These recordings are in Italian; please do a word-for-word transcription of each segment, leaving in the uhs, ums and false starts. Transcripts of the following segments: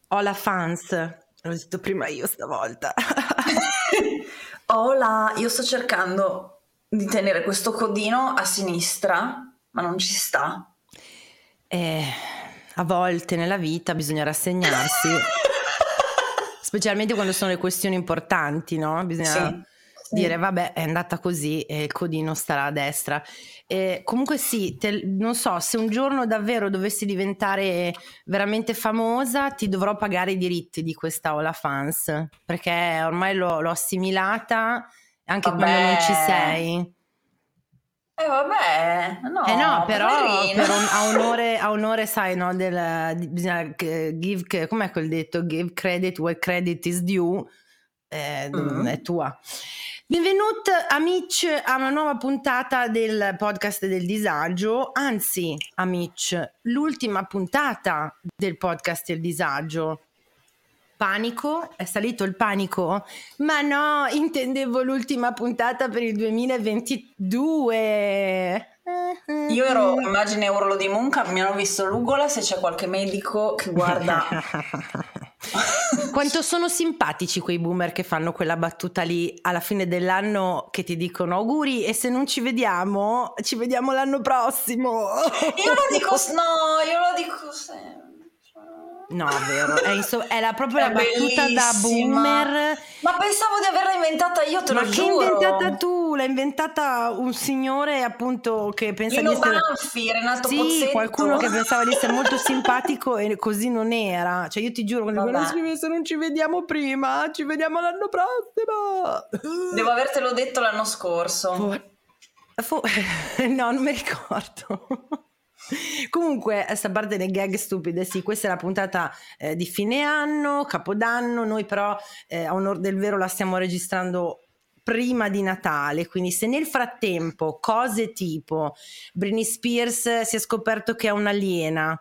Ho la fans, l'ho detto prima io stavolta. Hola, io sto cercando di tenere questo codino a sinistra, ma non ci sta. Eh, a volte nella vita bisogna rassegnarsi, specialmente quando sono le questioni importanti, no? Bisogna Sì, dire sì. vabbè, è andata così e il codino starà a destra. Eh, comunque sì, te- non so, se un giorno davvero dovessi diventare veramente famosa, ti dovrò pagare i diritti di questa OnlyFans, perché ormai l'ho, l'ho assimilata anche quando non ci Vabbè. sei. Eh vabbè, Eh no, no, però poverino. per on- a onore, a onore, sai, no, del, di- bisogna eh, give, che- com'è quel detto? Give credit where credit is due, eh, mm, è Mm. tua. Benvenuti amici a una nuova puntata del podcast del disagio, anzi amici, l'ultima puntata del podcast del disagio. Panico? È salito il panico? Ma no, intendevo l'ultima puntata per il duemilaventidue. Io ero, immagine urlo di Munca, mi hanno visto l'ugola, se c'è qualche medico che guarda. Quanto sono simpatici quei boomer che fanno quella battuta lì alla fine dell'anno, che ti dicono auguri e se non ci vediamo, ci vediamo l'anno prossimo. Io lo dico, no, io lo dico sempre. No, vero, è, inso- è la, proprio È la battuta da bellissima. boomer. Ma pensavo di averla inventata io, te Ma lo che hai inventata giuro. tu? L'ha inventata un signore appunto che pensa di Lino essere... Banfi, Renato Sì, qualcuno Pozzetto. che pensava di essere molto simpatico e così non era. Cioè io ti giuro, quando dicono, Vabbè, se non ci vediamo prima, ci vediamo l'anno prossimo. devo avertelo detto l'anno scorso. For- for- no, non mi ricordo. Comunque, sta parte delle gag stupide, sì, questa è la puntata eh, di fine anno, capodanno, noi però eh, a onor del vero la stiamo registrando prima di Natale, quindi se nel frattempo cose tipo Britney Spears si è scoperto che è un'aliena,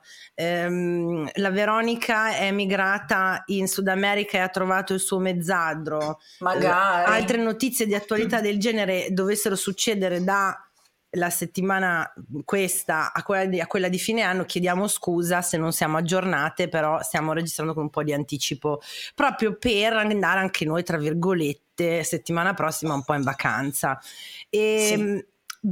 ehm, la Veronica è emigrata in Sud America e ha trovato il suo mezzadro, eh, Magari. altre notizie di attualità del genere dovessero succedere da la settimana questa a quella, di, a quella di fine anno, chiediamo scusa se non siamo aggiornate, però stiamo registrando con un po' di anticipo proprio per andare anche noi tra virgolette settimana prossima un po' in vacanza e Sì.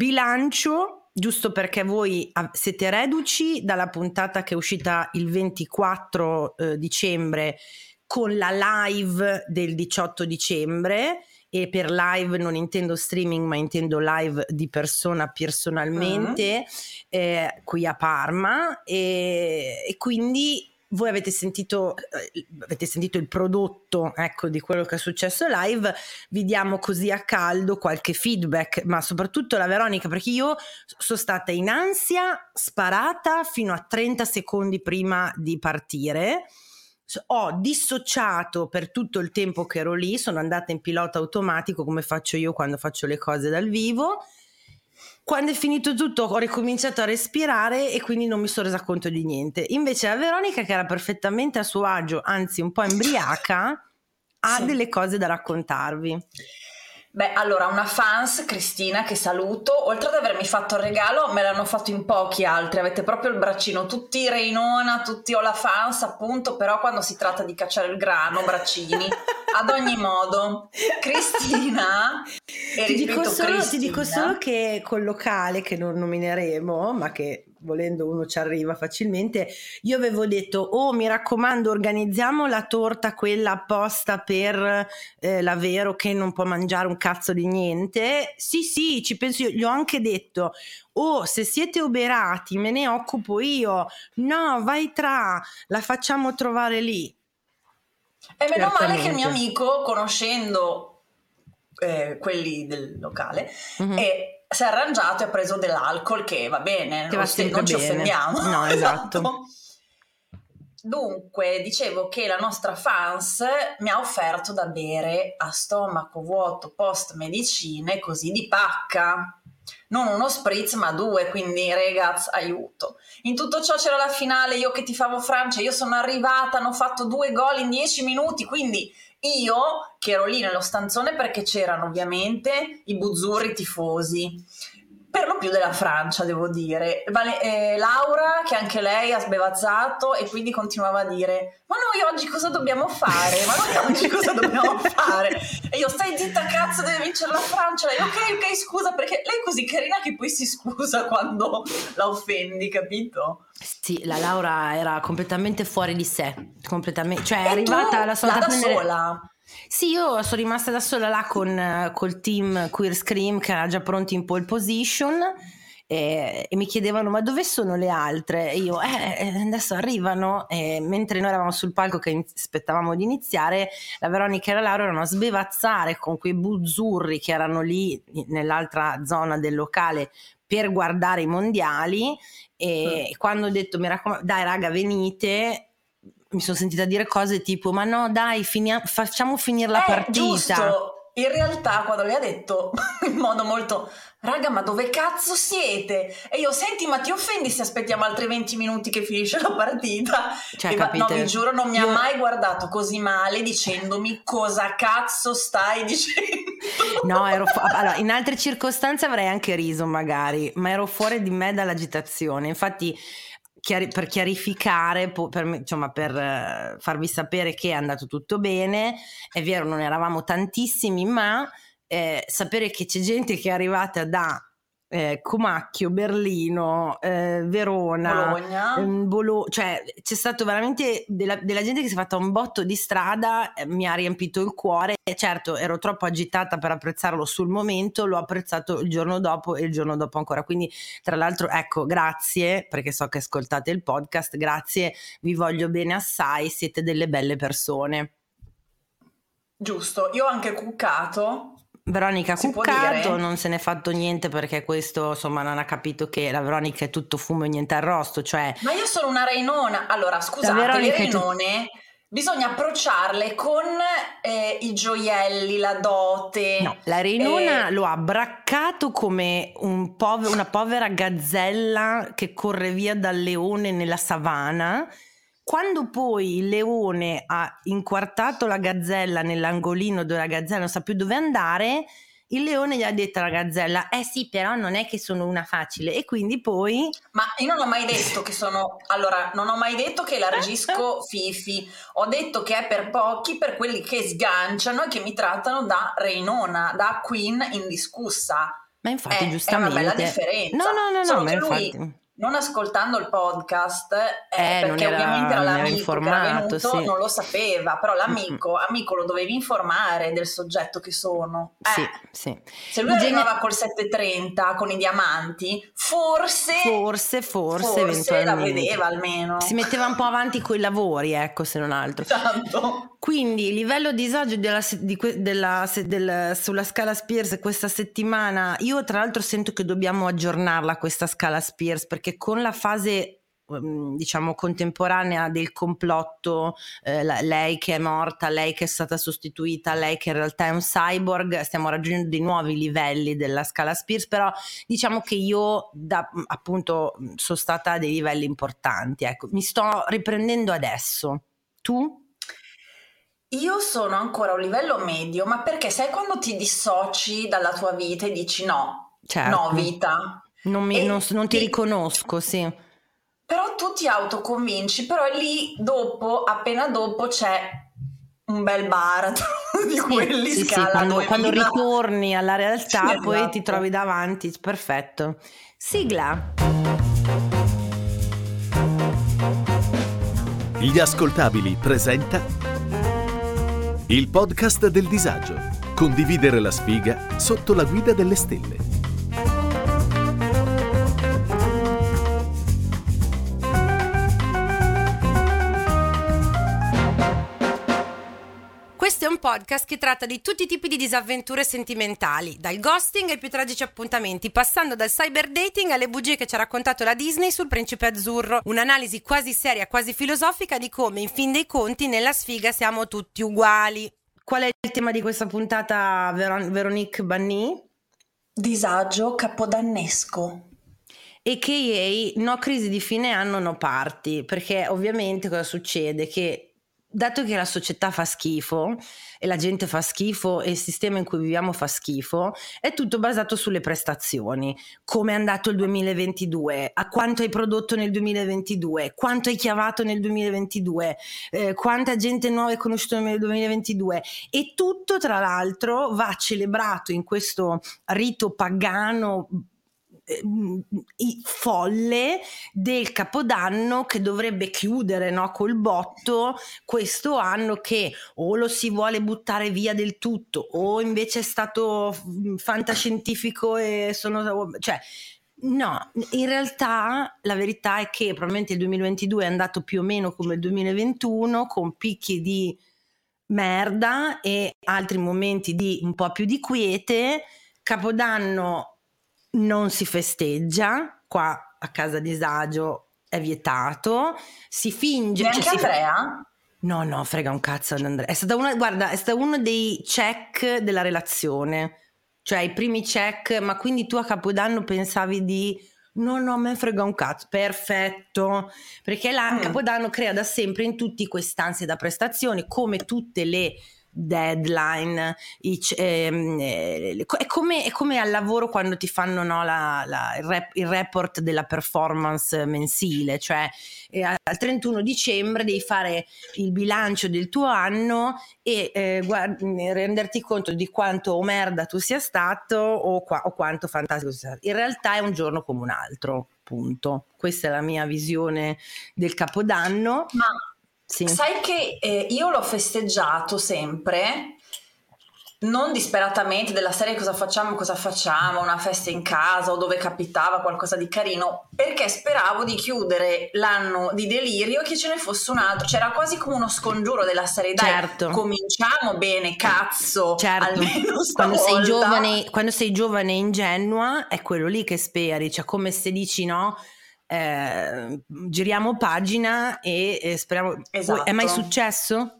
bilancio giusto perché voi siete reduci dalla puntata che è uscita il ventiquattro eh, dicembre con la live del diciotto dicembre, e per live non intendo streaming ma intendo live di persona personalmente, mm. eh, qui a Parma, e, e quindi voi avete sentito, eh, avete sentito il prodotto, ecco, di quello che è successo live. Vi diamo così a caldo qualche feedback, ma soprattutto la Veronica, perché io sono stata in ansia sparata fino a trenta secondi prima di partire. Ho dissociato per tutto il tempo che ero lì, sono andata in pilota automatico come faccio io quando faccio le cose dal vivo. Quando è finito tutto ho ricominciato a respirare e quindi non mi sono resa conto di niente. Invece la Veronica, che era perfettamente a suo agio, anzi un po' embriaca, ha Sì. delle cose da raccontarvi. Beh, allora, una fans, Cristina, che saluto, oltre ad avermi fatto il regalo, me l'hanno fatto in pochi altri. Avete proprio il braccino, tutti Reinona, tutti ho la fans, appunto, però quando si tratta di cacciare il grano, braccini. Ad ogni modo, Cristina, e ti, ripeto dico solo, Cristina, ti dico solo che col locale, che non nomineremo, ma che volendo uno ci arriva facilmente, io avevo detto, oh mi raccomando, organizziamo la torta quella apposta per eh, la Vero che non può mangiare un cazzo di niente. Sì sì, ci penso io, gli ho anche detto, oh se siete uberati me ne occupo io. No, vai tra, la facciamo trovare lì. E meno male che il mio Certamente. amico, conoscendo eh, quelli del locale, Mhm. e si è arrangiato e ha preso dell'alcol, che va bene, Che non, va sti- sempre non ci bene. offendiamo. No, esatto. Dunque, dicevo che la nostra fans mi ha offerto da bere a stomaco vuoto post medicine, così di pacca. Non uno spritz ma due, quindi ragazzi, aiuto. In tutto ciò c'era la finale, io che tifavo Francia, io sono arrivata, hanno fatto due gol in dieci minuti, quindi io che ero lì nello stanzone perché c'erano ovviamente i buzzurri tifosi. per lo più della Francia, devo dire. Vale, eh, Laura, che anche lei ha sbevazzato e quindi continuava a dire: ma noi oggi cosa dobbiamo fare? Ma noi oggi cosa dobbiamo fare? E io: stai zitta, cazzo, deve vincere la Francia. Lei: ok, ok, scusa, perché lei è così carina che poi si scusa quando la offendi, capito? Sì, la Laura era completamente fuori di sé, completamente, cioè è E arrivata tu, alla sua là da prendere... sola? Sì, io sono rimasta da sola là con col team Queer Scream che era già pronti in pole position e, e mi chiedevano ma dove sono le altre? E io eh, adesso arrivano, e mentre noi eravamo sul palco che in- aspettavamo di iniziare, la Veronica e la Laura erano a sbevazzare con quei buzzurri che erano lì nell'altra zona del locale per guardare i mondiali e mm. quando ho detto mi raccomando dai raga venite, mi sono sentita dire cose tipo ma no dai finia- facciamo finire la eh, partita. Giusto, in realtà quando lei ha detto in modo molto raga ma dove cazzo siete? E io senti ma ti offendi se aspettiamo altri venti minuti che finisce la partita? Cioè, e va, no vi giuro non mi io... ha mai guardato così male dicendomi cosa cazzo stai dicendo. No, ero fu- allora, in altre circostanze avrei anche riso magari, ma ero fuori di me dall'agitazione, infatti chiari- per chiarificare, po- per, insomma per uh, farvi sapere che è andato tutto bene, è vero non eravamo tantissimi, ma eh, sapere che c'è gente che è arrivata da eh, Comacchio, Berlino, eh, Verona, Bologna, ehm, Bolo- cioè c'è stato veramente della, della gente che si è fatta un botto di strada, eh, mi ha riempito il cuore e certo ero troppo agitata per apprezzarlo sul momento, l'ho apprezzato il giorno dopo e il giorno dopo ancora, quindi tra l'altro ecco grazie perché so che ascoltate il podcast, grazie, vi voglio bene assai, siete delle belle persone. Giusto, io ho anche cuccato. Veronica Cuccato non se n'è fatto niente perché questo insomma non ha capito che la Veronica è tutto fumo e niente arrosto, cioè ma io sono una reinona, allora scusate, le reinone tu... bisogna approcciarle con eh, i gioielli, la dote. No, la reinona eh... lo ha braccato come un pove- una povera gazzella che corre via dal leone nella savana. Quando poi il leone ha inquartato la gazzella nell'angolino dove la gazzella non sa più dove andare, il leone gli ha detto alla gazzella eh sì però non è che sono una facile, e quindi poi ma io non ho mai detto che sono allora non ho mai detto che elargisco fifi, ho detto che è per pochi, per quelli che sganciano e che mi trattano da reinona, da queen indiscussa. ma infatti è, giustamente è una bella differenza. no no no, Solo no ma che lui, infatti non ascoltando il podcast, eh, eh, perché era, ovviamente era l'amico era che era venuto, sì. non lo sapeva, però l'amico, amico lo dovevi informare del soggetto che sono. Eh, sì, sì. se lui In arrivava gene... col sette trenta con i diamanti, forse, forse, forse, forse eventualmente la vedeva almeno. si metteva un po' avanti coi lavori, ecco, se non altro. Esatto. Quindi il livello di disagio della, di, della, del, sulla scala Spears questa settimana, io tra l'altro sento che dobbiamo aggiornarla questa scala Spears, perché con la fase diciamo contemporanea del complotto, eh, la, lei che è morta, lei che è stata sostituita, lei che in realtà è un cyborg, stiamo raggiungendo dei nuovi livelli della scala Spears, però diciamo che io da, appunto sono stata a dei livelli importanti, ecco, mi sto riprendendo adesso. Tu? Io sono ancora a un livello medio, ma perché sai quando ti dissoci dalla tua vita e dici no, certo. no vita, non, mi, non, non ti, ti riconosco, sì. Però tu ti autoconvinci, però lì dopo, appena dopo c'è un bel baratro di sì, quelli sì, scala sì, quando, quando ritorni alla realtà sì, poi esatto. ti trovi davanti, perfetto. Sigla. Gli Ascoltabili presenta il podcast del disagio. Condividere la sfiga sotto la guida delle stelle. Questo è un podcast che tratta di tutti i tipi di disavventure sentimentali, dal ghosting ai più tragici appuntamenti, passando dal cyberdating alle bugie che ci ha raccontato la Disney sul Principe Azzurro. Un'analisi quasi seria, quasi filosofica di come, in fin dei conti, nella sfiga siamo tutti uguali. Qual è il tema di questa puntata, Veron- Veronique Banni? Disagio capodannesco. A K A no crisi di fine anno, no party, perché ovviamente cosa succede? Che dato che la società fa schifo e la gente fa schifo e il sistema in cui viviamo fa schifo, è tutto basato sulle prestazioni. Come è andato il duemilaventidue, a quanto hai prodotto nel duemilaventidue, quanto hai chiavato nel duemilaventidue, eh, quanta gente nuova hai conosciuto nel duemilaventidue, e tutto tra l'altro va celebrato in questo rito pagano folle del Capodanno, che dovrebbe chiudere, no, col botto questo anno, che o lo si vuole buttare via del tutto o invece è stato fantascientifico e sono, cioè no, in realtà la verità è che probabilmente il duemilaventidue è andato più o meno come il duemilaventuno, con picchi di merda e altri momenti di un po' più di quiete. Capodanno non si festeggia, qua a Casa Disagio è vietato, si finge. Neanche cioè, Andrea? Si... No, no, frega un cazzo ad Andrea. È stata una, guarda, è stato uno dei check della relazione, cioè i primi check. Ma quindi tu a Capodanno pensavi di no, no, me frega un cazzo, perfetto, perché la mm. Capodanno crea da sempre in tutti quest'ansia da prestazione, come tutte le deadline, i, ehm, eh, è, come, è come al lavoro quando ti fanno, no, la, la, il, rep, il report della performance mensile, cioè eh, al trentuno dicembre devi fare il bilancio del tuo anno e eh, guard- renderti conto di quanto merda tu sia stato o, qua, o quanto fantastico sia stato. In realtà è un giorno come un altro, punto. Questa è la mia visione del Capodanno. Ma sì. Sai che eh, io l'ho festeggiato sempre, non disperatamente, della serie cosa facciamo, cosa facciamo, una festa in casa o dove capitava qualcosa di carino, perché speravo di chiudere l'anno di delirio e che ce ne fosse un altro. C'era quasi come uno scongiuro della serie, dai, certo. cominciamo bene, cazzo, certo. almeno quando stavolta. sei giovane, quando sei giovane e ingenua è quello lì che speri, cioè come se dici no, Eh, giriamo pagina e, e speriamo. Esatto. È mai successo?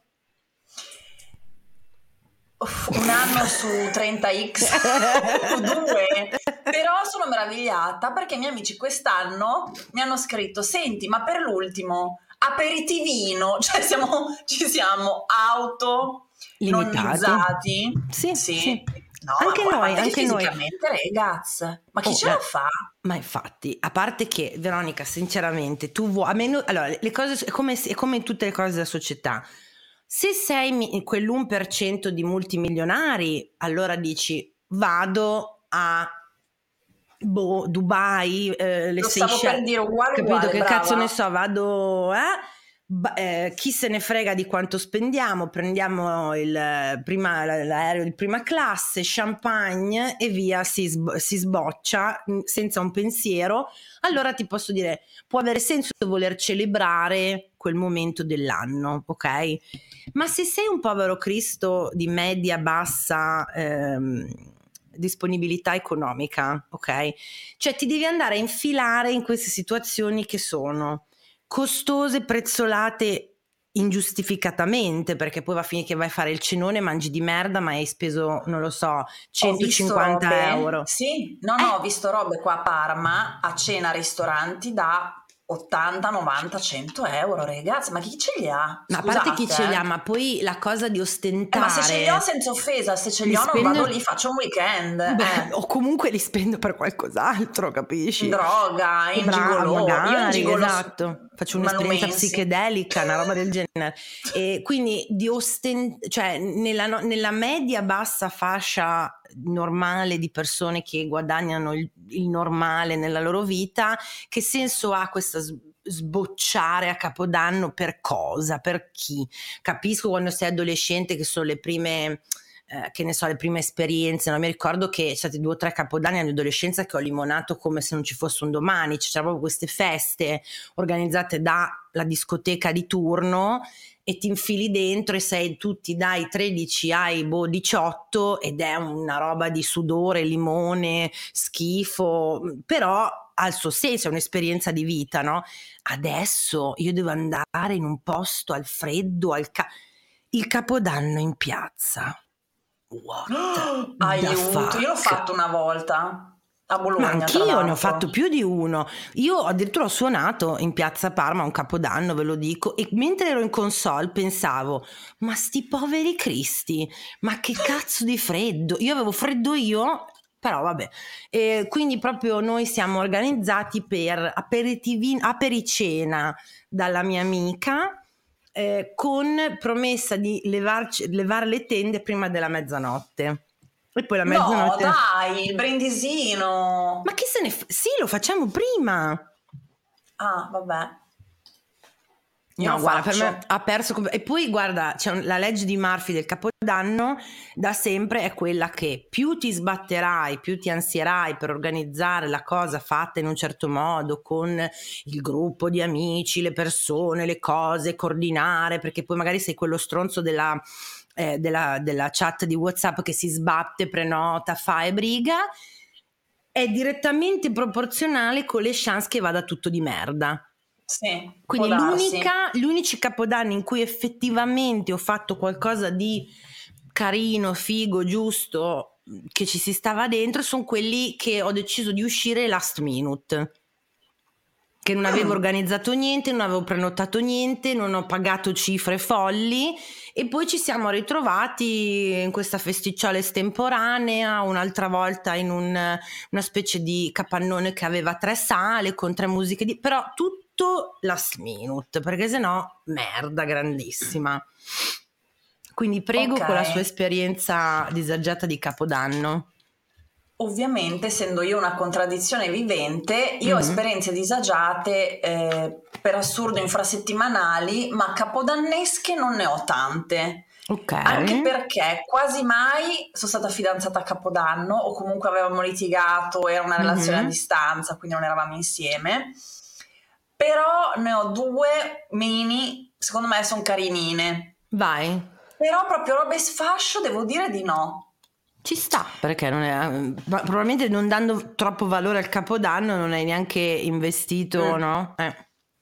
Uff, un anno su trenta x due, però sono meravigliata perché i miei amici quest'anno mi hanno scritto: senti, ma per l'ultimo aperitivino, cioè siamo, ci siamo auto nonnizzati. Sì, sì. sì. No, anche ma noi, anche noi. Ragazzi, ma chi oh, ce eh, lo fa? Ma infatti, a parte che, Veronica, sinceramente, tu vuoi, a meno, allora, le cose, è come, è come in tutte le cose della società. Se sei in quell'uno per cento di multimilionari, allora dici, vado a boh, Dubai, eh, le Lo stavo Seychelles, per dire uguale, capito, uguale, che brava. cazzo ne so, vado, eh? Eh, chi se ne frega di quanto spendiamo, prendiamo il prima, l'aereo di prima classe, champagne e via, si, sb- si sboccia senza un pensiero. Allora ti posso dire, può avere senso voler celebrare quel momento dell'anno, ok? Ma se sei un povero Cristo di media bassa ehm, disponibilità economica, ok? Cioè ti devi andare a infilare in queste situazioni che sono costose, prezzolate ingiustificatamente, perché poi va a finire che vai a fare il cenone, mangi di merda, ma hai speso, non lo so, centocinquanta euro. Sì, no, no, eh. ho visto robe qua a Parma, a cena ristoranti da ottanta, novanta, cento euro, ragazzi, ma chi ce li ha? Ma Scusate, a parte chi ce li ha, eh. ma poi la cosa di ostentare. Eh, ma se ce li ho senza offesa, se ce li, li ho spendo... non vado lì, faccio un weekend. Beh, eh. O comunque li spendo per qualcos'altro, capisci? Droga, in Bra- gigolò. magari, io in gigolò esatto, faccio un'esperienza psichedelica, una roba del genere. E quindi di ostent- cioè nella, nella media bassa fascia normale di persone che guadagnano il, il normale nella loro vita, che senso ha questa sbocciare a Capodanno? Per cosa? Per chi? Capisco quando sei adolescente che sono le prime eh, che ne so, le prime esperienze, no? Mi ricordo che c'è stati due o tre capodanni all'adolescenza che ho limonato come se non ci fosse un domani. C'erano proprio queste feste organizzate dalla discoteca di turno e ti infili dentro e sei tutti dai tredici ai boh, diciotto ed è una roba di sudore, limone, schifo, però ha il suo senso, è un'esperienza di vita, no? Adesso io devo andare in un posto al freddo, al ca- il Capodanno in piazza. What oh, aiuto, io l'ho fatto una volta. A Bologna. Ma anch'io ne ho fatto più di uno. Io addirittura ho suonato in piazza Parma un Capodanno, ve lo dico, e mentre ero in console pensavo, ma sti poveri cristi, ma che cazzo di freddo. Io avevo freddo io, però vabbè. E quindi proprio noi siamo organizzati per aperitivi, apericena dalla mia amica, eh, con promessa di levarci, levare le tende prima della mezzanotte. E poi la mezzanotte. No, dai, il brindisino. Ma chi se ne fa? Sì, lo facciamo prima. Ah, vabbè. Io No, lo guarda, faccio. per me ha perso. E poi guarda, c'è un- la legge di Murphy del Capodanno da sempre è quella che più ti sbatterai, più ti ansierai per organizzare la cosa fatta in un certo modo, con il gruppo di amici, le persone, le cose, coordinare, perché poi magari sei quello stronzo della, eh, della, della chat di WhatsApp che si sbatte, prenota, fa e briga, è direttamente proporzionale con le chance che vada tutto di merda. Sì, Quindi può darsi. l'unica, gli unici capodanni in cui effettivamente ho fatto qualcosa di carino, figo, giusto, che ci si stava dentro, sono quelli che ho deciso di uscire last minute, che non avevo Mm. organizzato niente, non avevo prenotato niente, non ho pagato cifre folli, e poi ci siamo ritrovati in questa festicciola estemporanea, un'altra volta in un, una specie di capannone che aveva tre sale con tre musiche di, però tutto last minute, perché sennò merda grandissima. Quindi prego, Ok. con la sua esperienza disagiata di Capodanno. Ovviamente, essendo io una contraddizione vivente, io ho Mhm. esperienze disagiate, eh, per assurdo infrasettimanali, ma capodannesche non ne ho tante. Ok. Anche perché quasi mai sono stata fidanzata a Capodanno, o comunque avevamo litigato, era una relazione Mhm. a distanza, quindi non eravamo insieme. Però ne ho due mini, secondo me sono carinine. Vai. Però proprio robe sfascio devo dire di no. Ci sta, perché non è, ma probabilmente non dando troppo valore al Capodanno non hai neanche investito, Mm. no? Eh.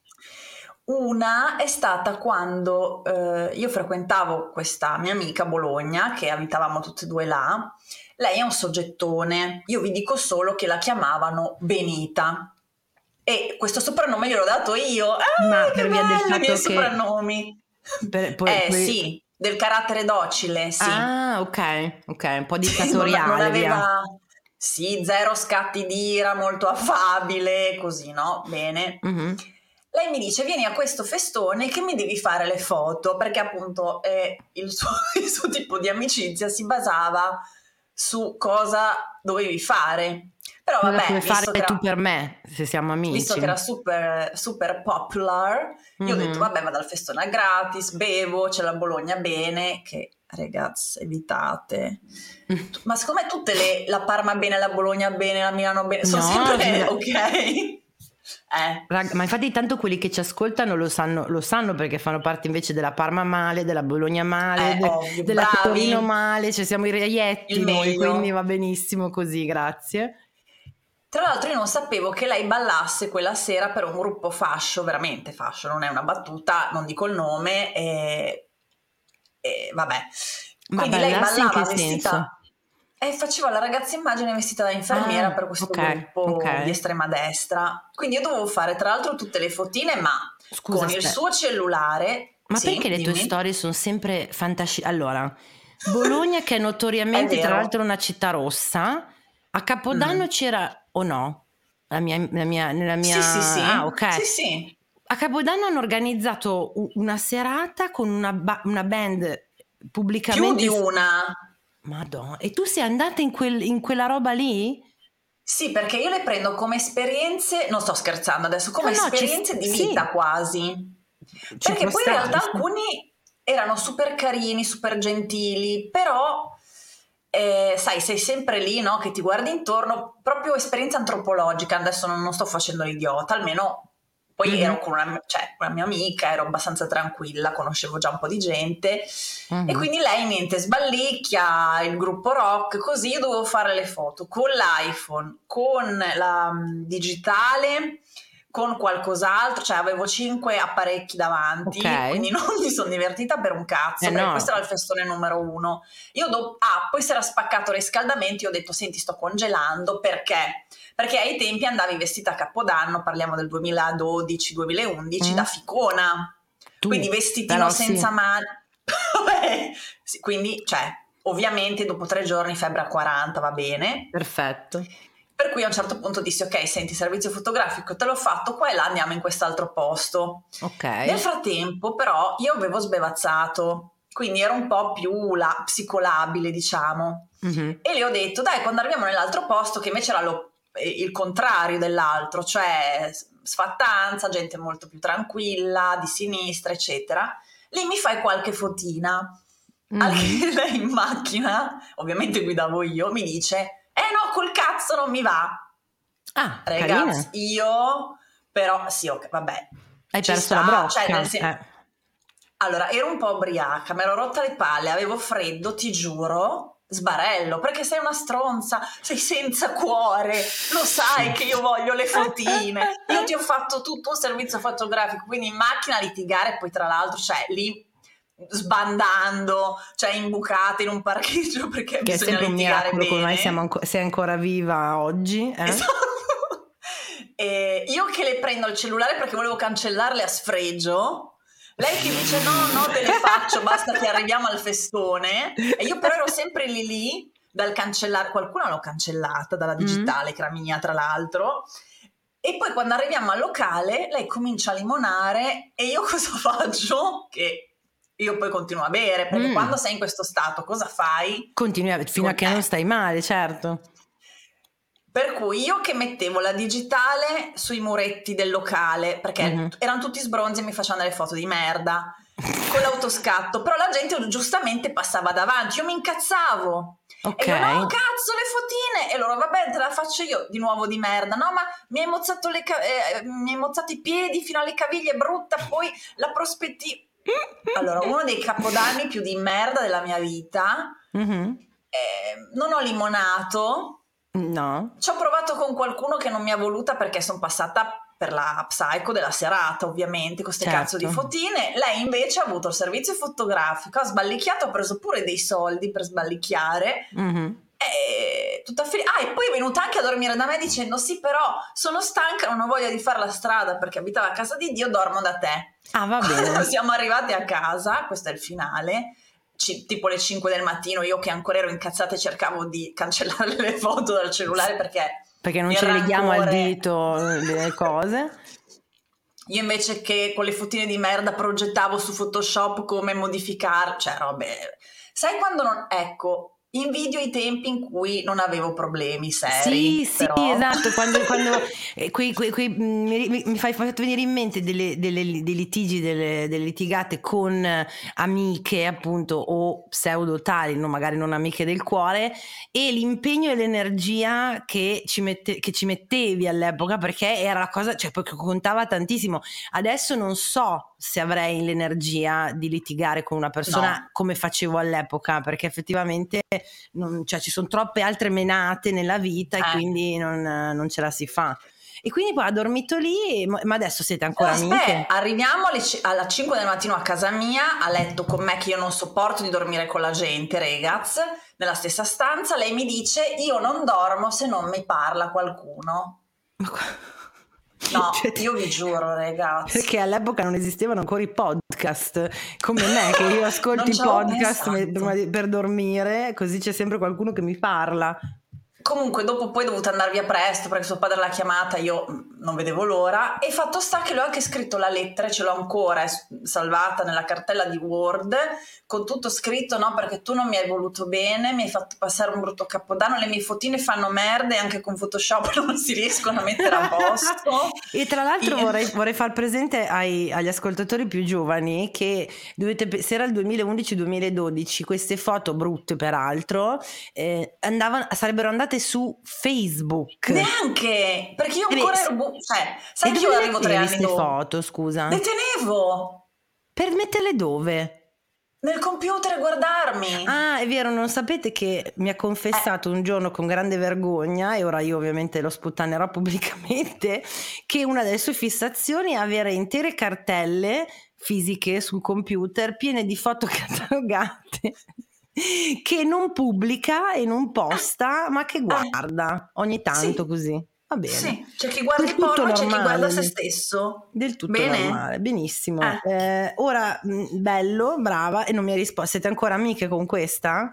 Una è stata quando eh, io frequentavo questa mia amica a Bologna, che abitavamo tutte e due là. Lei è un soggettone, io vi dico solo che la chiamavano Benita. E questo soprannome gliel'ho dato io. Ah, Ma che per via del bello, i fatto miei che- soprannomi. Per- poi- eh poi- sì, del carattere docile, sì. Ah, ok, ok, un po' non, dittatoriale, non via. aveva, sì, zero scatti d'ira, molto affabile, così, no? Bene. Mhm. Lei mi dice: vieni a questo festone che mi devi fare le foto, perché appunto eh, il, suo, il suo tipo di amicizia si basava su cosa dovevi fare. Però Cosa vabbè, puoi visto fare che era, tu per me, se siamo amici? visto che era super, super popular, io ho Mhm. detto vabbè, vado al festone gratis, bevo, c'è la Bologna bene, che ragazzi evitate. Ma secondo me tutte le, la Parma bene, la Bologna bene, la Milano bene, sono No, sempre scusa. ok. Eh. Rag- ma infatti tanto quelli che ci ascoltano lo sanno, lo sanno perché fanno parte invece della Parma male, della Bologna male, Eh, de- ovvio, della bravi. Torino male, cioè siamo i reietti Il noi, meglio. quindi va benissimo così, grazie. Tra l'altro io non sapevo che lei ballasse quella sera per un gruppo fascio, veramente fascio, non è una battuta, non dico il nome, e, e vabbè. Ma Quindi lei ballasse in ballava che vestita senso? e faceva la ragazza immagine vestita da infermiera Ah, per questo ok, gruppo ok. di estrema destra. Quindi io dovevo fare tra l'altro tutte le fotine, ma Scusa, con il aspetta. suo cellulare. Ma Sì, perché le tue dimmi. storie sono sempre fantascienza? Allora, Bologna che è notoriamente È tra vero. l'altro una città rossa, a Capodanno Mm. c'era o no? La mia, la mia, nella mia... Sì, sì, sì. Ah, ok. Sì, sì. A Capodanno hanno organizzato u- una serata con una, ba- una band Più pubblicamente... di una. Madonna, e tu sei andata in, quel- in quella roba lì? Sì, perché io le prendo come esperienze, non sto scherzando adesso, come No, no, ci- esperienze di sì. vita quasi. Ci Perché può poi in stare, realtà sì. alcuni erano super carini, super gentili, però eh, sai, sei sempre lì, no? Che ti guardi intorno, proprio esperienza antropologica. Adesso non, non sto facendo l'idiota, almeno poi Mhm. ero con una, cioè, una mia amica, ero abbastanza tranquilla, conoscevo già un po' di gente. Mhm. E quindi lei niente, sballicchia il gruppo rock, così io dovevo fare le foto con l'iPhone, con la um, digitale, con qualcos'altro, cioè avevo cinque apparecchi davanti, Ok. quindi non mi sono divertita per un cazzo, Eh, perché no. questo era il festone numero uno. Io do- ah, poi si era spaccato il riscaldamento, io ho detto senti sto congelando, perché? Perché ai tempi andavi vestita a Capodanno, parliamo del duemiladodici duemilaundici, Mm. da ficona, Tu, quindi vestitino però, senza sì. mani. Vabbè, sì, quindi cioè ovviamente dopo tre giorni febbre a quaranta va bene. Perfetto. Per cui a un certo punto dissi ok, senti, servizio fotografico te l'ho fatto, qua e là andiamo in quest'altro posto. Ok. Nel frattempo però io avevo sbevazzato, quindi ero un po' più la- psicolabile, diciamo, Mhm. e le ho detto dai, quando arriviamo nell'altro posto, che invece era lo- eh, il contrario dell'altro, cioè sfattanza, gente molto più tranquilla, di sinistra, eccetera, lì mi fai qualche fotina. Al Mhm. che lei in macchina, ovviamente guidavo io, mi dice eh no, col cazzo non mi va. Ah, Ragazzi, carina. io però sì, ok, vabbè. Hai ci perso la sta, brocca. cioè, nel sen- Eh. Allora, ero un po' ubriaca, mi ero rotta le palle, avevo freddo, ti giuro, sbarello, perché sei una stronza, sei senza cuore, lo sai che io voglio le fotine. Io ti ho fatto tutto un servizio fotografico, quindi in macchina a litigare, poi tra l'altro, cioè lì sbandando, cioè imbucate in un parcheggio perché Che è bisogna sempre un litigare miracolo come mai bene. siamo anco- sei ancora viva oggi. Eh? Esatto. E io che le prendo il cellulare perché volevo cancellarle a sfregio, lei che dice no, no, te le faccio, basta che arriviamo al festone, e io però ero sempre lì lì dal cancellare, qualcuna l'ho cancellata dalla digitale, che era mia tra l'altro, e poi quando arriviamo al locale lei comincia a limonare e io cosa faccio? Che io poi continuo a bere, perché Mm. quando sei in questo stato cosa fai? Continui a- fino a che non stai male, certo. Per cui io che mettevo la digitale sui muretti del locale, perché Mhm. erano tutti sbronzi e mi facevano delle foto di merda, con l'autoscatto, però la gente giustamente passava davanti, io mi incazzavo. Ok. E io no, cazzo, le fotine! E loro, vabbè, te la faccio io di nuovo di merda. No, ma mi hai mozzato, le ca- eh, mi hai mozzato i piedi fino alle caviglie, brutta, poi la prospettiva... Allora, uno dei capodanni più di merda della mia vita, Mhm. eh, non ho limonato... No. Ci ho provato con qualcuno che non mi ha voluta perché sono passata per la psycho della serata, ovviamente, con queste Certo. cazzo di fotine. Lei invece ha avuto il servizio fotografico, ha sballicchiato, ha preso pure dei soldi per sballicchiare. Mhm. E tutta fe- ah, e poi è venuta anche a dormire da me dicendo sì, però sono stanca, non ho voglia di fare la strada perché abitava a casa di Dio, dormo da te. Ah, va Quando bene. siamo arrivate a casa, questo è il finale, ci- tipo le cinque del mattino, io che ancora ero incazzata e cercavo di cancellare le foto dal cellulare perché Perché non il ce le leghiamo al rancore- dito le cose. Io invece che con le fotine di merda progettavo su Photoshop come modificare, cioè robe... Sai quando non... Ecco, invidio i tempi in cui non avevo problemi seri. Sì, sì, però... esatto, quando, quando eh, quei, quei, quei- mi, mi- mi fai fatto venire in mente delle, delle- dei litigi, delle, delle litigate con eh, amiche appunto o pseudo tali, no, magari non amiche del cuore, e l'impegno e l'energia che ci, mette- che ci mettevi all'epoca, perché era la cosa, cioè poi contava tantissimo. Adesso non so se avrei l'energia di litigare con una persona No. come facevo all'epoca, perché effettivamente non, cioè, ci sono troppe altre menate nella vita e Eh. quindi non, non ce la si fa. E quindi poi ha dormito lì, e- ma adesso siete ancora Aspetta, amiche? arriviamo alle ci- alla cinque del mattino a casa mia, a letto con me che io non sopporto di dormire con la gente, ragazzi, nella stessa stanza. Lei mi dice io non dormo se non mi parla qualcuno. Ma qua- No, Cioè, io vi giuro, ragazzi. perché all'epoca non esistevano ancora i podcast come me, che io ascolto Non i ci avevo podcast pensato. prima di- per dormire, così c'è sempre qualcuno che mi parla. Comunque dopo poi ho dovuto andare via presto perché suo padre l'ha chiamata, io non vedevo l'ora, e fatto sta che le ho anche scritto la lettera, ce l'ho ancora, è salvata nella cartella di Word, con tutto scritto, no, perché tu non mi hai voluto bene, mi hai fatto passare un brutto capodanno, le mie fotine fanno merda e anche con Photoshop non si riescono a mettere a posto. E tra l'altro Io- vorrei, vorrei far presente ai- agli ascoltatori più giovani che dovete, pe- se era il duemilaundici duemiladodici, queste foto brutte peraltro eh, andavano, sarebbero andate su Facebook. Neanche, perché io Eh beh, ancora sì. ero, bu- cioè, E sai che dove io le arrivo tre mettevi anni queste dopo. foto, scusa? Le tenevo. Per metterle dove? nel computer a guardarmi. Ah, è vero, non sapete che mi ha confessato eh. un giorno con grande vergogna, e ora io ovviamente lo sputtanerò pubblicamente, che una delle sue fissazioni è avere intere cartelle fisiche sul computer piene di foto catalogate che non pubblica e non posta, ma che guarda ogni tanto, sì. così. Va bene. Sì, c'è chi guarda Del il tutto porno, c'è chi guarda se normale. stesso. Del tutto Bene? normale, benissimo. Eh. Eh, ora, mh, bello, brava, e non mi ha risposto. Siete ancora amiche con questa?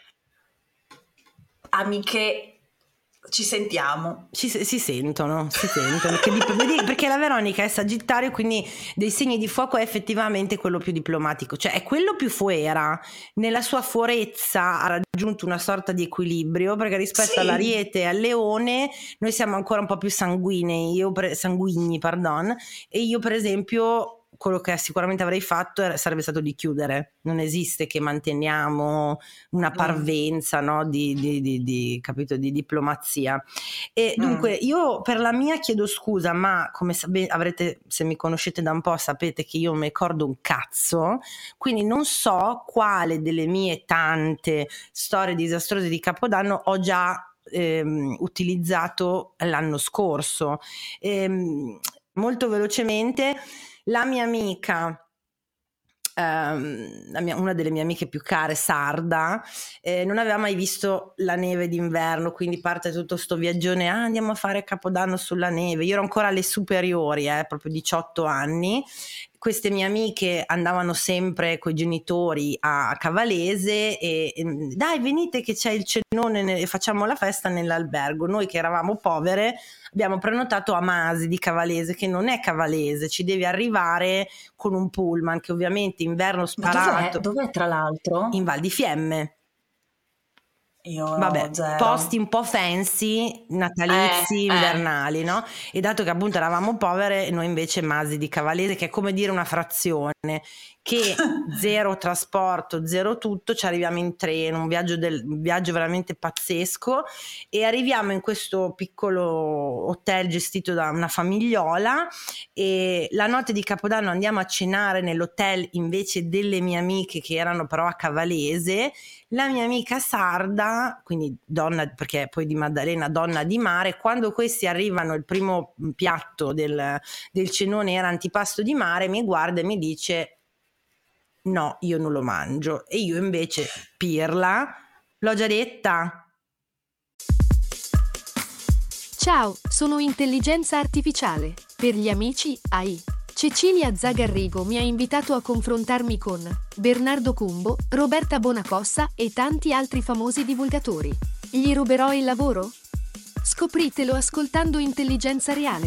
Amiche, ci sentiamo. Ci, si sentono, si sentono. Che dip- vedi, perché la Veronica è Sagittario, quindi dei segni di fuoco è effettivamente quello più diplomatico, cioè è quello più fuera. Nella sua fuorezza ha raggiunto una sorta di equilibrio, perché rispetto Sì. all'Ariete e al Leone noi siamo ancora un po' più sanguinei, io pre- sanguigni, pardon, e io per esempio quello che sicuramente avrei fatto era, sarebbe stato di chiudere. Non esiste che manteniamo una parvenza, mm. no? di, di, di, di, capito, di diplomazia. E dunque mm. io per la mia chiedo scusa, ma come sape- avrete, se mi conoscete da un po' sapete che io mi ricordo un cazzo, quindi non so quale delle mie tante storie disastrose di Capodanno ho già ehm, utilizzato l'anno scorso. Ehm, molto velocemente, la mia amica, ehm, la mia, una delle mie amiche più care, sarda, eh, non aveva mai visto la neve d'inverno, quindi parte tutto sto viaggione, ah, andiamo a fare Capodanno sulla neve. Io ero ancora alle superiori, eh, proprio diciotto anni. Queste mie amiche andavano sempre coi genitori a Cavalese e, e dai, venite che c'è il cenone e facciamo la festa nell'albergo. Noi che eravamo povere abbiamo prenotato a Masi di Cavalese, che non è Cavalese, ci devi arrivare con un pullman che ovviamente inverno sparato. Ma dov'è? Dov'è tra l'altro? In Val di Fiemme. Io Vabbè, zero. posti un po' fancy, natalizi, eh, invernali, eh. no? E dato che appunto eravamo povere, noi invece Masi di Cavalese, che è come dire una frazione, che zero trasporto, zero tutto, ci arriviamo in treno, un viaggio, del, un viaggio veramente pazzesco, e arriviamo in questo piccolo hotel gestito da una famigliola, e la notte di Capodanno andiamo a cenare nell'hotel invece delle mie amiche che erano però a Cavalese. La mia amica sarda, quindi donna, perché poi di Maddalena, donna di mare, quando questi arrivano, il primo piatto del, del cenone era antipasto di mare, mi guarda e mi dice no, io non lo mangio. E io invece, pirla, l'ho già detta. Ciao, sono intelligenza artificiale. Per gli amici A I. Cecilia Zagarrigo mi ha invitato a confrontarmi con Bernardo Cumbo, Roberta Bonacossa e tanti altri famosi divulgatori. Gli ruberò il lavoro? Scopritelo ascoltando Intelligenza Reale.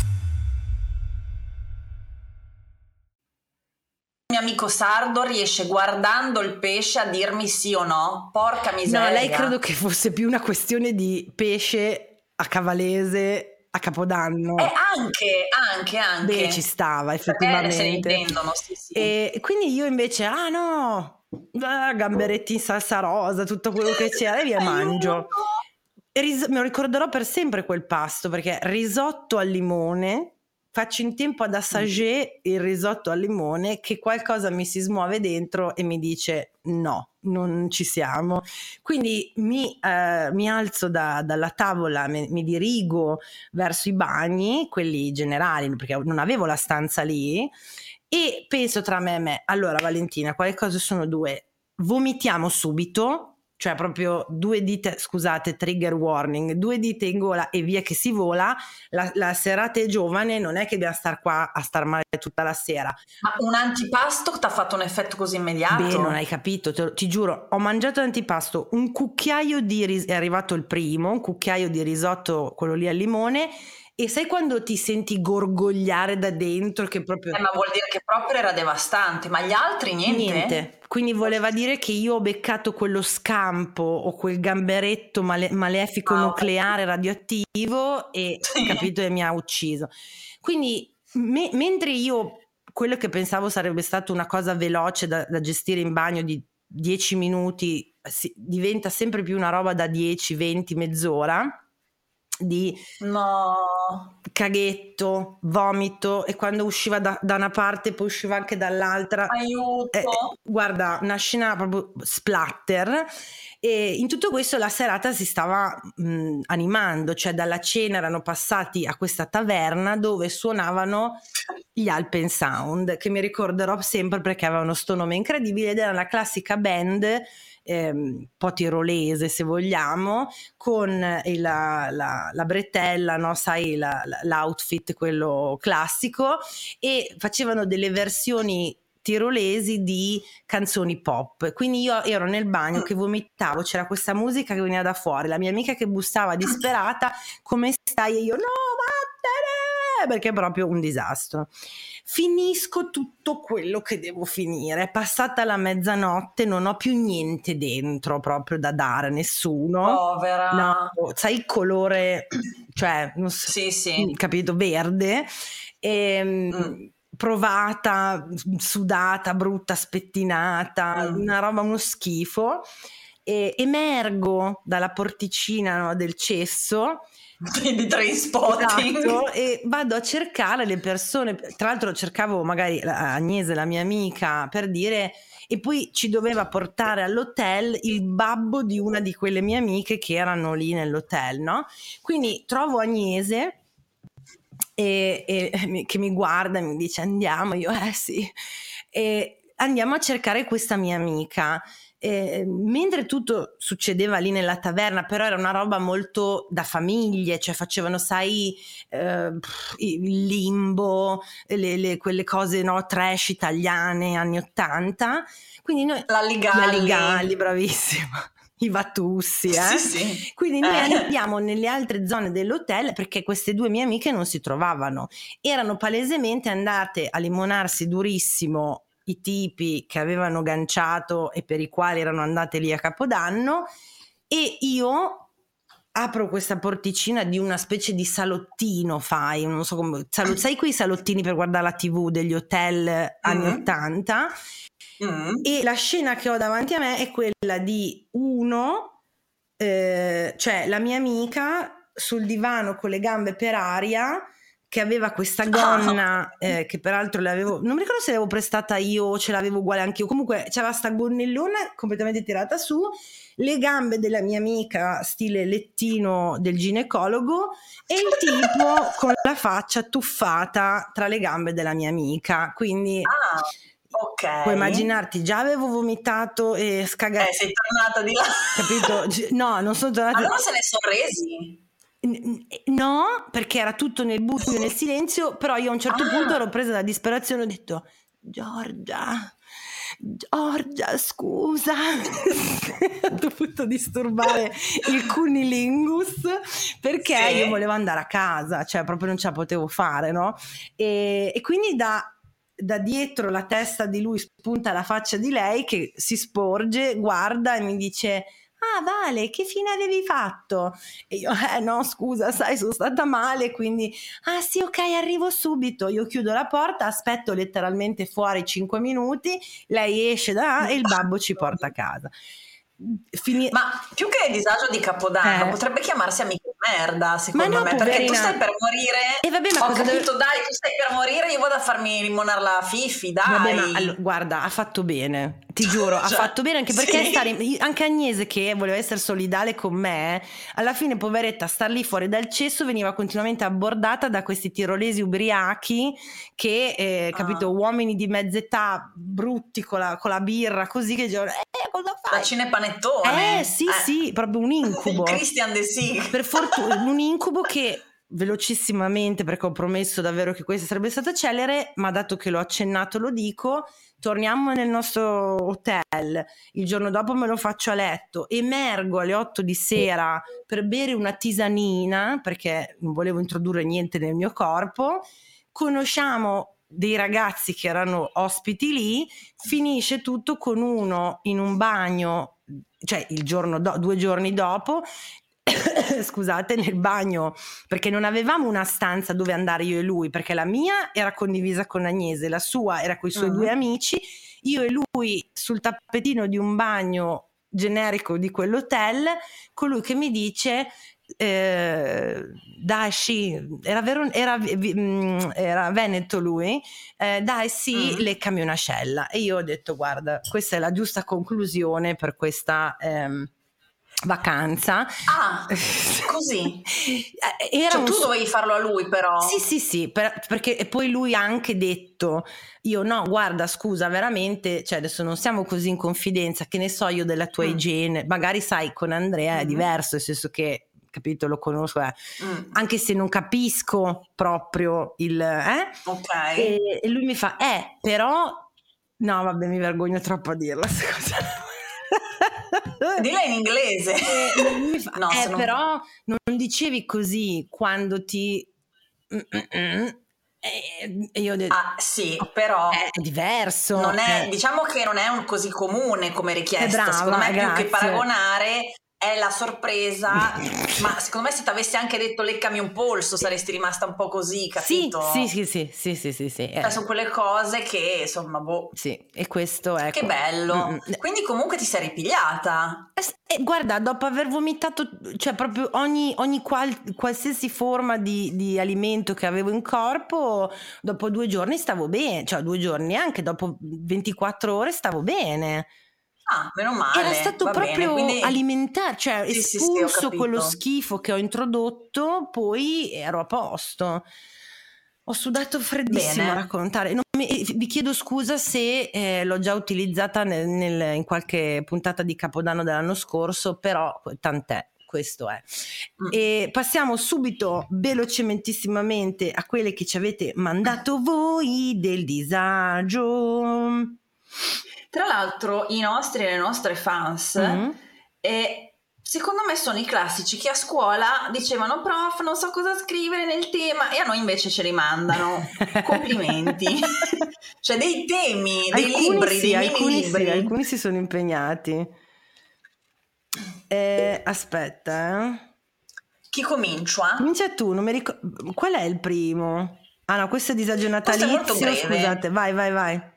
Il mio amico sardo riesce guardando il pesce a dirmi sì o no? Porca miseria. No, lei credo che fosse più una questione di pesce a Cavalese a Capodanno. Eh, anche, anche, anche. Beh, ci stava effettivamente. Se ne intendono, sì, sì. E quindi io invece, ah no, ah, gamberetti in salsa rosa, tutto quello che c'era, e via mangio. E ris- me lo ricorderò per sempre quel pasto, perché risotto al limone, faccio in tempo ad assagere il risotto al limone, che qualcosa mi si smuove dentro e mi dice no, non ci siamo. Quindi mi, eh, mi alzo da, dalla tavola, mi, mi dirigo verso i bagni, quelli generali, perché non avevo la stanza lì, e penso tra me e me, allora Valentina, quale cosa sono due? Vomitiamo subito, cioè proprio due dita, scusate, trigger warning, due dita in gola e via che si vola. La, la serata è giovane, non è che dobbiamo star qua a star male tutta la sera. Ma un antipasto ti ha fatto un effetto così immediato? Beh, non hai capito, te, ti giuro, ho mangiato l'antipasto, un cucchiaio di ris- è arrivato il primo, un cucchiaio di risotto, quello lì al limone, e sai quando ti senti gorgogliare da dentro che proprio... Eh, ma vuol dire che proprio era devastante, ma gli altri niente? Niente, quindi voleva dire che io ho beccato quello scampo o quel gamberetto male- malefico ah, nucleare radioattivo e sì. capito, e mi ha ucciso. Quindi me- mentre io quello che pensavo sarebbe stata una cosa veloce da, da gestire in bagno di dieci minuti si, diventa sempre più una roba da dieci, venti, mezz'ora. di no. caghetto, vomito, e quando usciva da, da una parte poi usciva anche dall'altra. Aiuto. Eh, guarda, una scena proprio splatter. E in tutto questo la serata si stava mh, animando, cioè dalla cena erano passati a questa taverna dove suonavano gli Alpen Sound, che mi ricorderò sempre perché avevano sto nome incredibile ed era la classica band eh, un po' tirolese se vogliamo, con il, la, la, la bretella, no? Sai, la, la, l'outfit quello classico, e facevano delle versioni tirolesi di canzoni pop. Quindi io ero nel bagno che vomitavo, c'era questa musica che veniva da fuori, la mia amica che bussava disperata, come stai? E io no, vattene, perché è proprio un disastro. Finisco tutto quello che devo finire, è passata la mezzanotte, non ho più niente dentro proprio da dare a nessuno. Povera. No, sai il colore, cioè non so, sì, sì. capito, verde, e mm. provata, sudata, brutta, spettinata, mm. una roba, uno schifo. E emergo dalla porticina, no, del cesso di Trainspotting, esatto, e vado a cercare le persone. Tra l'altro cercavo magari Agnese, la mia amica, per dire, e poi ci doveva portare all'hotel il babbo di una di quelle mie amiche che erano lì nell'hotel, no? Quindi trovo Agnese e, e che mi guarda e mi dice andiamo, io eh sì, e andiamo a cercare questa mia amica. Eh, mentre tutto succedeva lì nella taverna, però era una roba molto da famiglie, cioè facevano, sai, eh, il limbo, le, le, quelle cose, no, trash italiane anni ottanta, quindi noi la Ligalli, la Ligalli, bravissima, i Vatussi, eh? Sì, sì. Quindi noi eh. andiamo nelle altre zone dell'hotel perché queste due mie amiche non si trovavano, erano palesemente andate a limonarsi durissimo i tipi che avevano ganciato e per i quali erano andate lì a Capodanno, e io apro questa porticina di una specie di salottino, fai, non so come, salo, sai quei salottini per guardare la tivù degli hotel anni mm-hmm. ottanta, mm-hmm. e la scena che ho davanti a me è quella di uno, eh, cioè la mia amica sul divano con le gambe per aria, che aveva questa gonna eh, che peraltro le avevo, non mi ricordo se l'avevo prestata io o ce l'avevo uguale anche io, comunque c'aveva sta gonnellona completamente tirata su, le gambe della mia amica stile lettino del ginecologo e il tipo con la faccia tuffata tra le gambe della mia amica, quindi ah, ok, puoi immaginarti, già avevo vomitato e scagato, eh, sei tornata di là, capito? No, non sono tornata, allora se ne sono resi? No, perché era tutto nel buio, nel silenzio, però io a un certo ah. punto ero presa da disperazione, ho detto Giorgia, Giorgia scusa, ho dovuto disturbare il cunilingus perché sì. io volevo andare a casa, cioè proprio non ce la potevo fare, no? E, e quindi da, da dietro la testa di lui spunta la faccia di lei che si sporge, guarda e mi dice ah Vale, che fine avevi fatto? E io eh no scusa sai sono stata male, quindi ah sì ok arrivo subito, io chiudo la porta, aspetto letteralmente fuori cinque minuti, lei esce da là e il babbo ci porta a casa. Fini... ma più che disagio di Capodanno eh. potrebbe chiamarsi amica merda secondo no, me poverina. Perché tu stai per morire e vabbè, ma ho cosa capito deve... dai tu stai per morire, io vado a farmi limonare la Fifi dai vabbè, ma allora, guarda ha fatto bene, ti giuro ha cioè, fatto bene anche perché sì. stare, anche Agnese che voleva essere solidale con me alla fine poveretta star lì fuori dal cesso veniva continuamente abbordata da questi tirolesi ubriachi che eh, ah. capito, uomini di mezz'età brutti con la, con la birra così che dicevano eh cosa fai? Da cinepanettone eh sì eh. sì proprio un incubo Christian De Sieg per fortuna un incubo che velocissimamente, perché ho promesso davvero che questa sarebbe stata celere, ma dato che l'ho accennato lo dico, torniamo nel nostro hotel, il giorno dopo me lo faccio a letto, emergo alle otto di sera per bere una tisanina perché non volevo introdurre niente nel mio corpo, conosciamo dei ragazzi che erano ospiti lì, finisce tutto con uno in un bagno, cioè il giorno do- due giorni dopo scusate, nel bagno, perché non avevamo una stanza dove andare io e lui, perché la mia era condivisa con Agnese, la sua era con i suoi uh-huh. due amici, io e lui sul tappetino di un bagno generico di quell'hotel, colui che mi dice eh, dai sì, era, vero, era, era Veneto lui, eh, dai sì, mm. leccami un'ascella. E io ho detto guarda, questa è la giusta conclusione per questa ehm, vacanza. Ah, così? Era cioè un... tu dovevi farlo a lui però? Sì sì sì, per, perché e poi lui ha anche detto, io no guarda scusa veramente, cioè adesso non siamo così in confidenza, che ne so io della tua mm. igiene, magari sai con Andrea mm. è diverso, nel senso che capito lo conosco eh. mm. anche se non capisco proprio il eh? ok e, e lui mi fa eh però no vabbè mi vergogno troppo a dirla scusa. Dilla in inglese. Eh, fa, no, eh, non... però non dicevi così quando ti e io ho detto ah sì però è diverso, non è, eh. diciamo che non è un così comune come richiesta, brava, secondo me grazie. Più che paragonare è la sorpresa, ma secondo me se ti avessi anche detto leccami un polso saresti rimasta un po' così, capito? Sì, sì, sì, sì, sì, sì, sì. Cioè, sono quelle cose che insomma boh. Sì, e questo è che bello. Mm-mm. Quindi comunque ti sei ripigliata. E guarda, dopo aver vomitato, cioè proprio ogni, ogni qual, qualsiasi forma di, di alimento che avevo in corpo, dopo due giorni stavo bene, cioè due giorni anche dopo ventiquattro ore stavo bene. Ah, meno male. Era stato va proprio bene, quindi... alimentare, cioè sì, espulso sì, sì, quello schifo che ho introdotto, poi ero a posto. Ho sudato freddissimo bene. a raccontare. Non mi, vi chiedo scusa se eh, l'ho già utilizzata nel, nel, in qualche puntata di Capodanno dell'anno scorso, però tant'è, questo è. Mm. E passiamo subito velocementissimamente a quelle che ci avete mandato voi del disagio. Tra l'altro i nostri e le nostre fans mm-hmm. e secondo me sono i classici che a scuola dicevano prof non so cosa scrivere nel tema e a noi invece ce li mandano. Complimenti. Cioè dei temi, dei alcuni libri, sì, dei alcuni mini libri. Sì, alcuni si sono impegnati. Eh, aspetta eh. Chi comincia? Comincia tu, non mi ricordo. Qual è il primo? Ah no, questo è disagio natalizio. Questo è molto breve. Scusate, vai vai vai.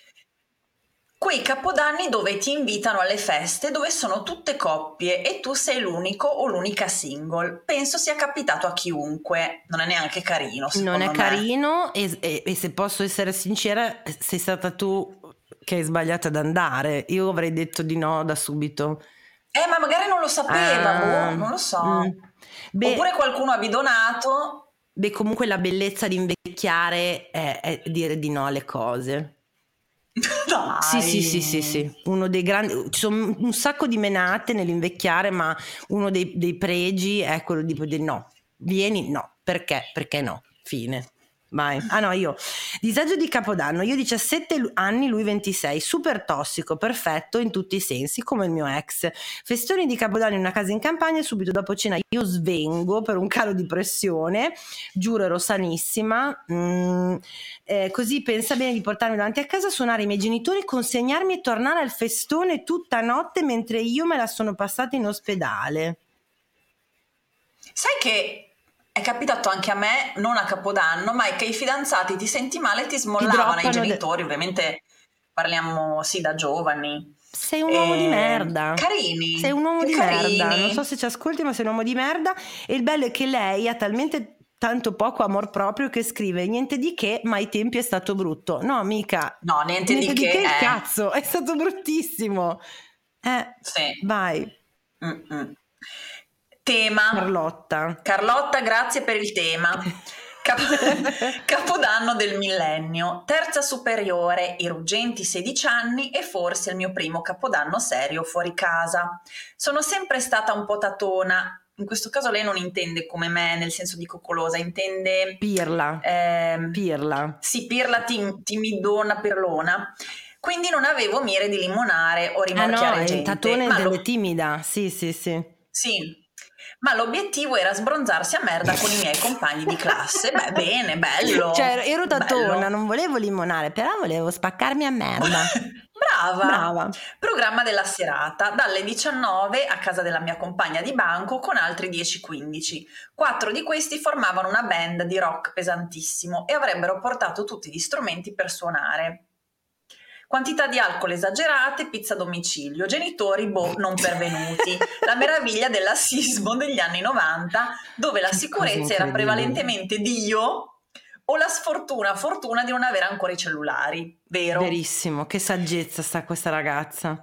Quei capodanni dove ti invitano alle feste dove sono tutte coppie e tu sei l'unico o l'unica single. Penso sia capitato a chiunque. Non è neanche carino, secondo Non è me. carino e, e, e se posso essere sincera, sei stata tu che hai sbagliato ad andare. Io avrei detto di no da subito. Eh, ma magari non lo sapeva, ah, boh, non lo so. Mm. Beh, oppure qualcuno ha bidonato. Beh, comunque la bellezza di invecchiare è, è dire di no alle cose. Dai. Sì, sì, sì, sì, sì. Uno dei grandi, ci sono un sacco di menate nell'invecchiare, ma uno dei, dei pregi è quello di dire no. Vieni, no. Perché? Perché no. Fine. Vai. Ah no, io disagio di Capodanno, io diciassette anni, lui ventisei, super tossico, perfetto in tutti i sensi come il mio ex. Festoni di Capodanno in una casa in campagna e subito dopo cena io svengo per un calo di pressione, giuro ero sanissima, mm, eh, così pensa bene di portarmi davanti a casa, suonare i miei genitori, consegnarmi e tornare al festone tutta notte mentre io me la sono passata in ospedale. Sai che è capitato anche a me, non a Capodanno, ma è che i fidanzati ti senti male e ti smollavano i genitori, de... ovviamente parliamo sì da giovani. Sei un uomo e... di merda. Carini. Sei un uomo di carini. merda, non so se ci ascolti ma sei un uomo di merda e il bello è che lei ha talmente tanto poco amor proprio che scrive niente di che ma ai tempi è stato brutto. No mica. No, niente, niente di, di che, che il è... cazzo, è stato bruttissimo. Eh, sì. Vai. Mm-mm. Tema. Carlotta. Carlotta, grazie per il tema. Cap- Capodanno del millennio, terza superiore, i ruggenti sedici anni e forse il mio primo capodanno serio fuori casa. Sono sempre stata un po' tatona. In questo caso lei non intende come me, nel senso di coccolosa, intende... Pirla. Ehm, pirla. Sì, pirla, tim- timidona, pirlona. Quindi non avevo mire di limonare o rimorchiare ah no, gente. Ah no, tatone delle lo... timida, sì sì sì. Sì. Ma l'obiettivo era sbronzarsi a merda con i miei compagni di classe. Beh, bene, bello. Cioè, ero tatona, bello. Non volevo limonare, però volevo spaccarmi a merda. Brava. Brava. Programma della serata, dalle diciannove a casa della mia compagna di banco con altri dieci quindici. Quattro di questi formavano una band di rock pesantissimo e avrebbero portato tutti gli strumenti per suonare. Quantità di alcol esagerate, pizza a domicilio, genitori boh non pervenuti, la meraviglia dell'assismo degli anni novanta, dove la sicurezza era prevalentemente Dio o la sfortuna, fortuna di non avere ancora i cellulari, vero? Verissimo, che saggezza sta questa ragazza.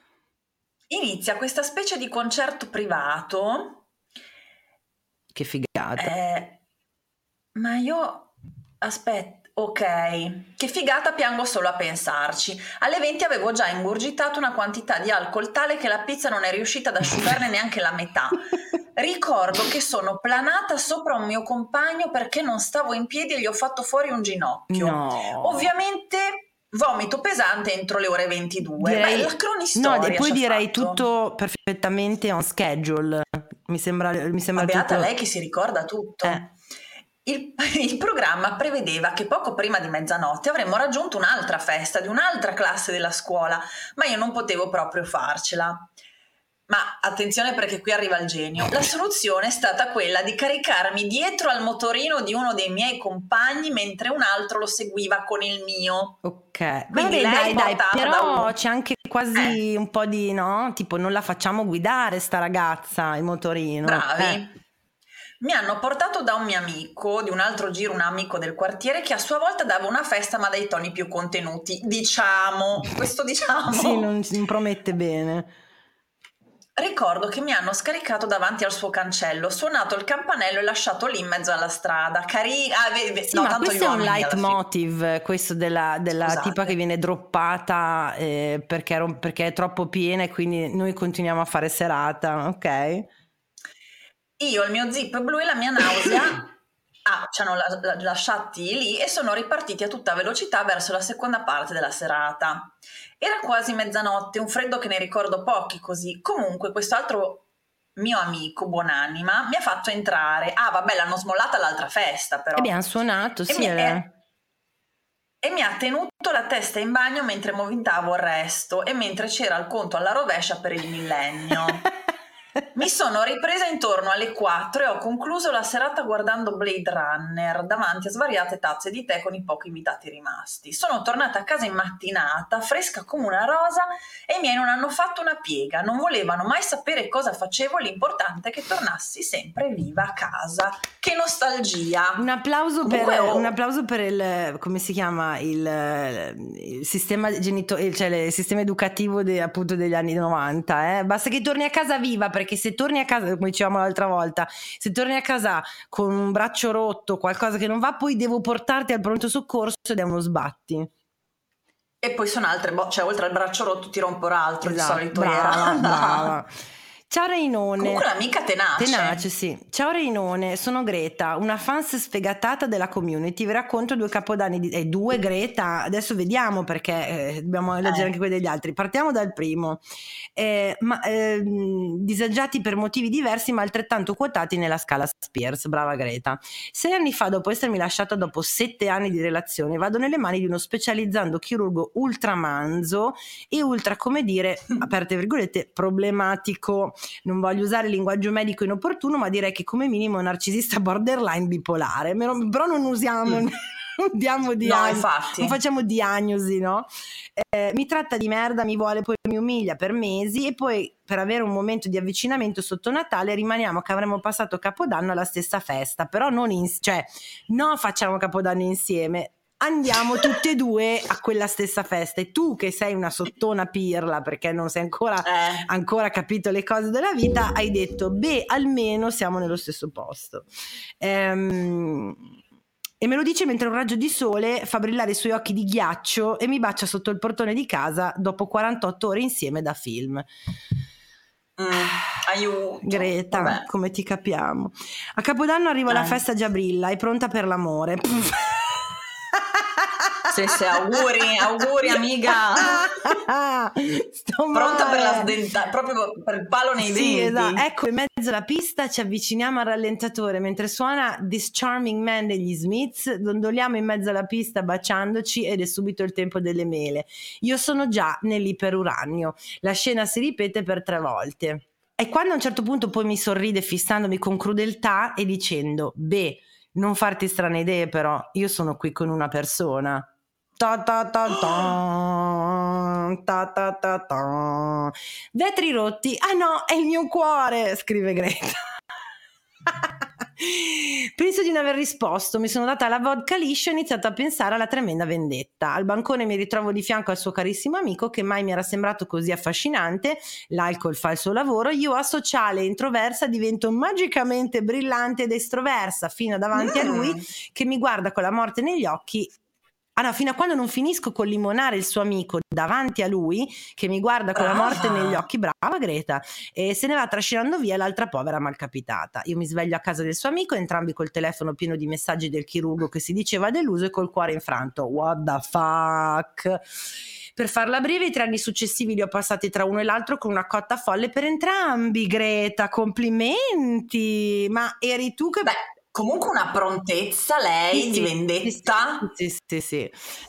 Inizia questa specie di concerto privato. Che figata. Eh, ma io, aspetta. Ok, che figata, piango solo a pensarci. Alle venti avevo già ingurgitato una quantità di alcol tale che la pizza non è riuscita ad asciugarne neanche la metà. Ricordo che sono planata sopra un mio compagno perché non stavo in piedi e gli ho fatto fuori un ginocchio. No. Ovviamente vomito pesante entro le ore ventidue. Direi, ma la cronistoria. No, e poi direi fatto. tutto perfettamente on schedule. Mi sembra, mi sembra beata tutto... lei che si ricorda tutto. Eh. Il, il programma prevedeva che poco prima di mezzanotte avremmo raggiunto un'altra festa di un'altra classe della scuola, ma io non potevo proprio farcela. Ma attenzione, perché qui arriva il genio. La soluzione è stata quella di caricarmi dietro al motorino di uno dei miei compagni mentre un altro lo seguiva con il mio. Ok, quindi vabbè, lei dai, dai, però un... c'è anche quasi eh. un po' di, no? Tipo, non la facciamo guidare sta ragazza, il motorino. Bravi. Eh. Mi hanno portato da un mio amico, di un altro giro un amico del quartiere, che a sua volta dava una festa ma dai toni più contenuti, diciamo, questo diciamo. Sì, non, non promette bene. Ricordo che mi hanno scaricato davanti al suo cancello, suonato il campanello e lasciato lì in mezzo alla strada. Cari... Ah, ve, ve, sì, no, ma tanto questo è un leitmotiv, fi- questo della, della tipa che viene droppata eh, perché, perché è troppo piena e quindi noi continuiamo a fare serata, ok? Io, il mio zip blu e la mia nausea ah, ci hanno la, la, lasciati lì e sono ripartiti a tutta velocità verso la seconda parte della serata. Era quasi mezzanotte, un freddo che ne ricordo pochi così. Comunque quest'altro mio amico buonanima mi ha fatto entrare. Ah vabbè, l'hanno smollata all'altra festa però. E abbiamo suonato, e sì. Mi, è... e, e mi ha tenuto la testa in bagno mentre movintavo il resto e mentre c'era il conto alla rovescia per il millennio. Mi sono ripresa intorno alle quattro e ho concluso la serata guardando Blade Runner davanti a svariate tazze di tè con i pochi invitati rimasti. Sono tornata a casa in mattinata, fresca come una rosa, e i miei non hanno fatto una piega, non volevano mai sapere cosa facevo, l'importante è che tornassi sempre viva a casa. Che nostalgia! Un applauso, Comunque, per, oh. un applauso per il, come si chiama, il, il sistema genito- cioè il sistema educativo de, appunto degli anni novanta, eh? Basta che torni a casa viva, perché se torni a casa, come dicevamo l'altra volta, se torni a casa con un braccio rotto, qualcosa che non va, poi devo portarti al pronto soccorso ed è uno sbatti. E poi sono altre, bo- cioè oltre al braccio rotto ti rompo l'altro, Esatto, di solito brava, era. brava. Ciao Reinone. Comunque l'amica tenace. Tenace, sì. Ciao Reinone, sono Greta, una fans sfegatata della community. Vi racconto due capodanni di... Eh, due Greta, adesso vediamo perché eh, dobbiamo leggere eh. anche quelli degli altri. Partiamo dal primo. Eh, ma, eh, disagiati per motivi diversi ma altrettanto quotati nella scala Spears. Brava Greta. Sei anni fa, dopo essermi lasciata dopo sette anni di relazione, vado nelle mani di uno specializzando chirurgo ultramanzo e ultra, come dire, aperte virgolette, problematico. Non voglio usare il linguaggio medico inopportuno, ma direi che come minimo è un narcisista borderline bipolare. Però non usiamo, mm. non diamo diagnosi, no, infatti. non facciamo diagnosi, no? Eh, mi tratta di merda, mi vuole, poi mi umilia per mesi e poi per avere un momento di avvicinamento sotto Natale rimaniamo che avremmo passato Capodanno alla stessa festa, però non in, cioè no facciamo Capodanno insieme. Andiamo tutte e due a quella stessa festa e tu che sei una sottona pirla perché non sei ancora, eh. ancora capito le cose della vita, hai detto beh almeno siamo nello stesso posto. Ehm, e me lo dice mentre un raggio di sole fa brillare i suoi occhi di ghiaccio e mi bacia sotto il portone di casa dopo quarantotto ore insieme da film. Mm, aiuto. Greta, vabbè. Come ti capiamo. A Capodanno arriva eh. la festa, già brilla, è pronta per l'amore. Sì, sì, auguri, auguri amiga. Sto pronta male. per la sdenta, proprio per il palo nei sì, denti. Esatto. Ecco, in mezzo alla pista ci avviciniamo al rallentatore mentre suona This Charming Man degli Smiths, dondoliamo in mezzo alla pista baciandoci ed è subito il tempo delle mele. Io sono già nell'iperuranio. La scena si ripete per tre volte. E quando a un certo punto poi mi sorride fissandomi con crudeltà e dicendo beh, non farti strane idee però, io sono qui con una persona. Ta ta ta ta, ta ta ta ta. Vetri rotti, ah no, è il mio cuore, scrive Greta. Penso di non aver risposto, mi sono data la vodka liscia e ho iniziato a pensare alla tremenda vendetta. Al bancone mi ritrovo di fianco al suo carissimo amico che mai mi era sembrato così affascinante. L'alcol fa il suo lavoro, io asociale e introversa divento magicamente brillante ed estroversa fino davanti mm. a lui che mi guarda con la morte negli occhi. Ah no, fino a quando non finisco con limonare il suo amico davanti a lui che mi guarda con brava. La morte negli occhi, brava Greta, e se ne va trascinando via l'altra povera malcapitata. Io mi sveglio a casa del suo amico, entrambi col telefono pieno di messaggi del chirurgo che si diceva deluso e col cuore infranto. What the fuck? Per farla breve, i tre anni successivi li ho passati tra uno e l'altro con una cotta folle per entrambi. Greta, complimenti! Ma eri tu che... Beh. Comunque una prontezza lei sì, di vendetta. Sì, sì, sì, sì.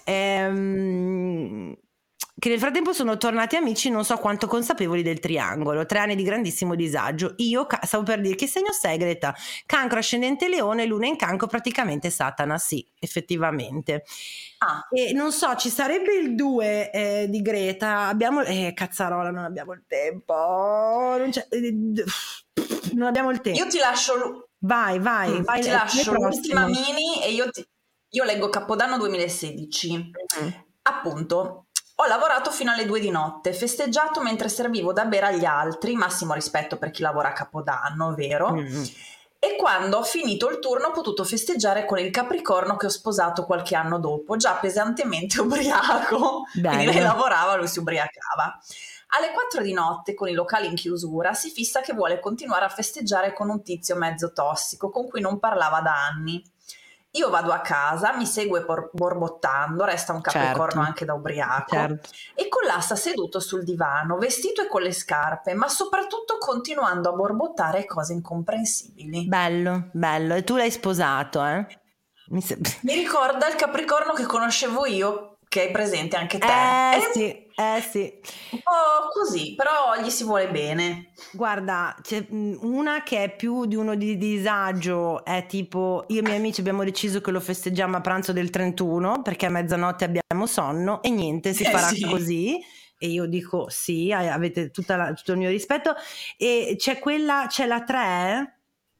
Ehm, che nel frattempo sono tornati amici non so quanto consapevoli del triangolo. Tre anni di grandissimo disagio. Io, stavo per dire, che segno sei Greta? Cancro, ascendente leone, luna in cancro, praticamente Satana. Sì, effettivamente. Ah. E non so, ci sarebbe il due eh, di Greta. Abbiamo... Eh, cazzarola, non abbiamo il tempo. Non, c'è, eh, non abbiamo il tempo. Io ti lascio... Vai, vai, mm, vai. Ti lascio l'ultima mini e io, ti, io leggo Capodanno duemilasedici. Mm. Appunto, ho lavorato fino alle due di notte, festeggiato mentre servivo da bere agli altri, massimo rispetto per chi lavora a Capodanno, vero? Mm. E quando ho finito il turno ho potuto festeggiare con il Capricorno che ho sposato qualche anno dopo, già pesantemente ubriaco. Bello. Quindi lei lavorava, lui si ubriacava. Alle quattro di notte, con i locali in chiusura, si fissa che vuole continuare a festeggiare con un tizio mezzo tossico con cui non parlava da anni. Io vado a casa, mi segue por- borbottando, resta un Capricorno certo. anche da ubriaco, certo. e collassa seduto sul divano, vestito e con le scarpe, ma soprattutto continuando a borbottare cose incomprensibili. Bello, bello. E tu l'hai sposato, eh? Mi, se... mi ricorda il Capricorno che conoscevo io, che hai presente anche te. Eh e... sì. Eh sì, un po' così, però gli si vuole bene. Guarda, c'è una che è più di uno di disagio, è tipo io e i miei amici abbiamo deciso che lo festeggiamo a pranzo del trentuno perché a mezzanotte abbiamo sonno e niente, si eh farà sì. così. E io dico sì, avete tutta la, tutto il mio rispetto. E c'è quella, c'è la tre.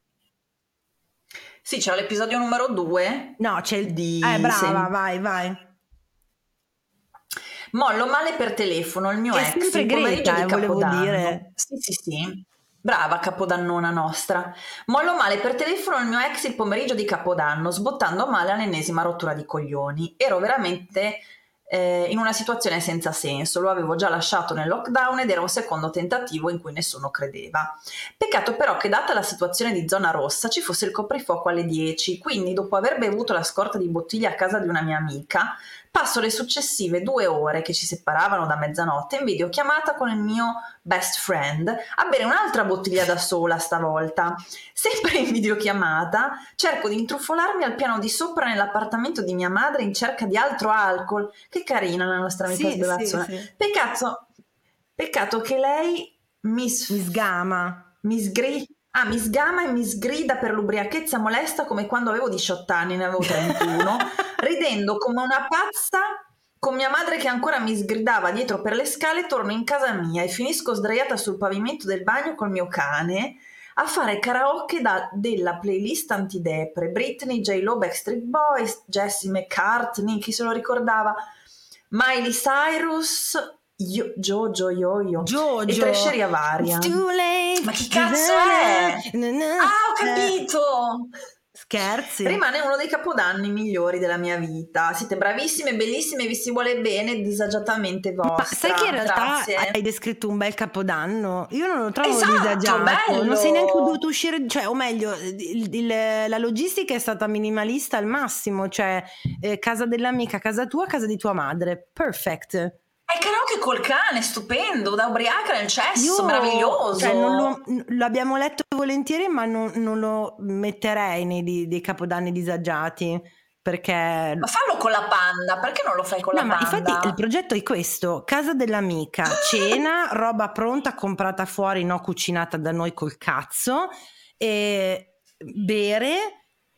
Sì, c'è l'episodio numero due. No, c'è il di Eh brava, sì. vai, vai. Mollo male per telefono il mio è ex il pomeriggio Greta, di Capodanno. Dire. Sì, sì, sì. Brava Capodannona nostra. Mollo male per telefono il mio ex il pomeriggio di Capodanno, sbottando male all'ennesima rottura di coglioni. Ero veramente eh, in una situazione senza senso. Lo avevo già lasciato nel lockdown ed era un secondo tentativo in cui nessuno credeva. Peccato però che data la situazione di zona rossa ci fosse il coprifuoco alle dieci, quindi dopo aver bevuto la scorta di bottiglie a casa di una mia amica passo le successive due ore che ci separavano da mezzanotte in videochiamata con il mio best friend a bere un'altra bottiglia da sola stavolta. Sempre in videochiamata cerco di intrufolarmi al piano di sopra nell'appartamento di mia madre in cerca di altro alcol. Che carina la nostra amica sì, sbavazzona. Sì, sì. Peccato, peccato che lei mi, s- mi sgama, mi sgrida. Ah, mi sgama e mi sgrida per l'ubriachezza molesta come quando avevo diciotto anni, ne avevo trentuno, ridendo come una pazza con mia madre che ancora mi sgridava dietro per le scale. Torno in casa mia e finisco sdraiata sul pavimento del bagno col mio cane a fare karaoke da, della playlist antidepre, Britney, J-Lo, Backstreet Boys, Jessie McCartney, chi se lo ricordava, Miley Cyrus... Io, Jojo, Yo-Yo Jojo. e tresceria varia. Ma chi cazzo è? Ah, ho capito! Scherzi. Rimane uno dei capodanni migliori della mia vita. Siete bravissime, bellissime, vi si vuole bene, disagiatamente vostra. Ma sai che in realtà Grazie. hai descritto un bel capodanno? Io non lo trovo esatto, disagiato. Bello. Non sei neanche dovuto uscire, cioè, o meglio, il, il, la logistica è stata minimalista al massimo, cioè eh, casa dell'amica, casa tua, casa di tua madre. Perfect. È karaoke col cane, stupendo, da ubriaca nel cesso, Io, meraviglioso. Cioè, non lo, l'abbiamo letto volentieri, ma non, non lo metterei nei, dei capodanni disagiati, perché... Ma fallo con la Panda, perché non lo fai con no, la ma Panda? Infatti il progetto è questo, casa dell'amica, cena, roba pronta, comprata fuori, no cucinata da noi col cazzo, e bere...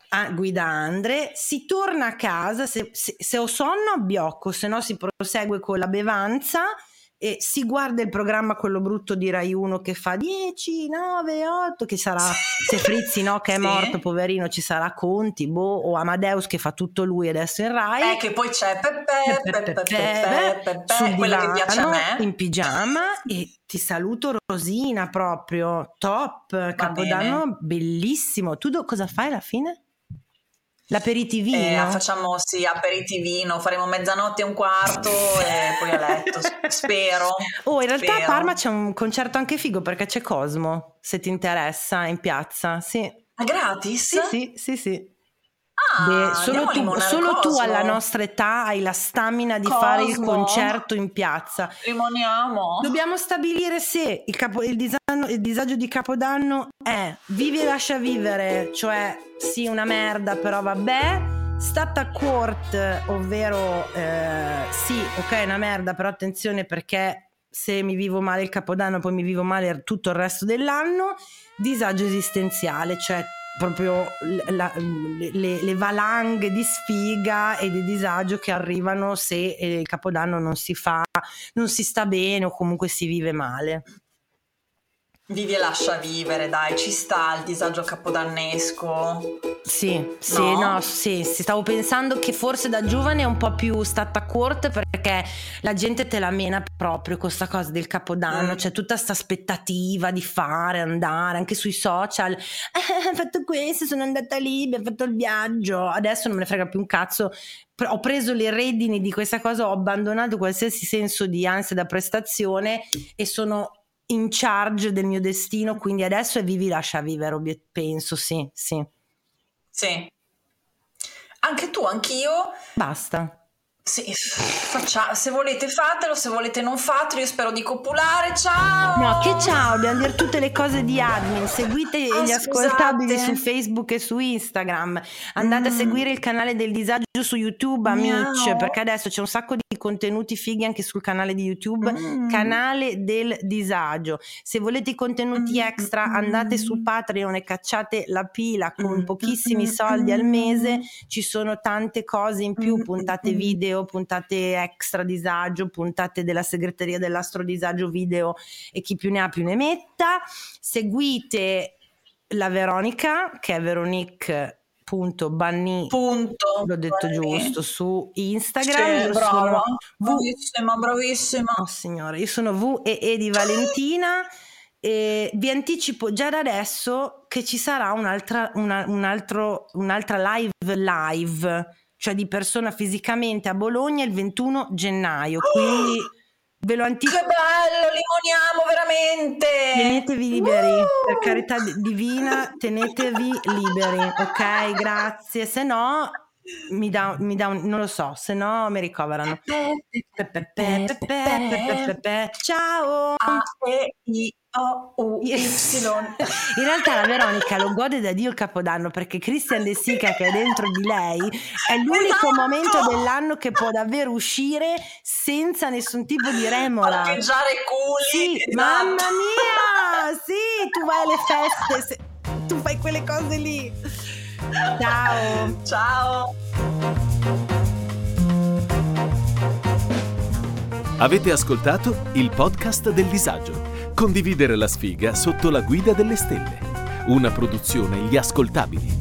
a, guida Andre, si torna a casa, se, se, se ho sonno abbiocco, se no si prosegue con la bevanza e si guarda il programma quello brutto di Rai uno che fa dieci, nove, otto, che sarà se Frizzi no che è Sì. morto poverino, ci sarà Conti, boh, o Amadeus che fa tutto lui adesso in Rai, Eh, che poi c'è Peppe, Peppe, Peppe, Peppe, sul quella che piace a divano, me. in pigiama, e ti saluto Rosina, proprio top, Capodanno bellissimo. Tu do- cosa fai alla fine? L'aperitivino? Eh, facciamo sì, aperitivino, faremo mezzanotte e un quarto e poi a letto, spero. Oh, in realtà spero. a Parma c'è un concerto anche figo perché c'è Cosmo, se ti interessa, in piazza. Sì, È gratis? sì, sì, sì, sì. Ah, Beh, solo andiamo a tu, limonare solo tu Cosmo. alla nostra età hai la stamina di fare il Cosmo. concerto in piazza. Rimaniamo. Dobbiamo stabilire se il, capo, il, disagio, il disagio di Capodanno è vivi e lascia vivere, cioè sì una merda però vabbè, stata court, ovvero eh, sì ok è una merda però attenzione perché se mi vivo male il Capodanno poi mi vivo male tutto il resto dell'anno, disagio esistenziale, cioè proprio la, le, le valanghe di sfiga e di disagio che arrivano se il Capodanno non si fa, non si sta bene o comunque si vive male. Vivi e lascia vivere, dai, ci sta il disagio capodannesco. Sì, sì, No? no, sì, sì, stavo pensando che forse da giovane è un po' più stata corta perché la gente te la mena proprio con sta cosa del Capodanno, Mm. c'è tutta sta aspettativa di fare, andare, anche sui social, eh, ho fatto questo, sono andata lì, abbiamo fatto il viaggio, adesso non me ne frega più un cazzo, Pre- ho preso le redini di questa cosa, ho abbandonato qualsiasi senso di ansia da prestazione e sono in charge del mio destino, quindi adesso è vivi lascia vivere, obiet- penso, sì, sì. Sì. Anche tu, anch'io. Basta. Sì, faccia- se volete fatelo, se volete non fatelo, io spero di copulare, ciao! No, che ciao, dobbiamo dire tutte le cose di admin, seguite Ah, gli scusate. ascoltabili su Facebook e su Instagram, andate Mm. a seguire il canale del disagio su YouTube, amici, Miau. perché adesso c'è un sacco di contenuti fighi anche sul canale di YouTube, Mm. canale del disagio. Se volete i contenuti Mm, extra mm, andate su mm. Patreon e cacciate la pila con Mm, pochissimi mm, soldi al mm. mese, ci sono tante cose in più, Mm, puntate mm, mm. video, puntate extra disagio, puntate della segreteria dell'astro disagio video e chi più ne ha più ne metta. Seguite la Veronica che è veronique.banni, Punto. l'ho detto Banni. giusto, su Instagram. Sì, Io brava, sono V, bravissima, bravissima. oh signore, io sono V e E di Valentina. E vi anticipo già da adesso che ci sarà un'altra, una, un altro, un'altra live live, cioè di persona fisicamente a Bologna il ventuno gennaio, quindi ve lo anticipo. Che bello, limoniamo veramente. Tenetevi liberi, Uh! per carità di- divina, tenetevi liberi, ok? Grazie, se no mi dà, mi dà un, non lo so, se no mi ricoverano. Pe, pe, Pe, pe, pe, pe, pe, pe, pe, pe. Ciao! A, E, I, O, U, Y. In realtà la Veronica lo gode da Dio il Capodanno perché Christian De Sica che è dentro di lei è l'unico Esatto! momento dell'anno che può davvero uscire senza nessun tipo di remora. Parcheggiare culi. Sì, esatto. mamma mia! Sì, tu vai alle feste, se- tu fai quelle cose lì. Ciao! Ciao. Avete ascoltato il podcast del disagio. Condividere la sfiga sotto la guida delle stelle. Una produzione Gli Ascoltabili.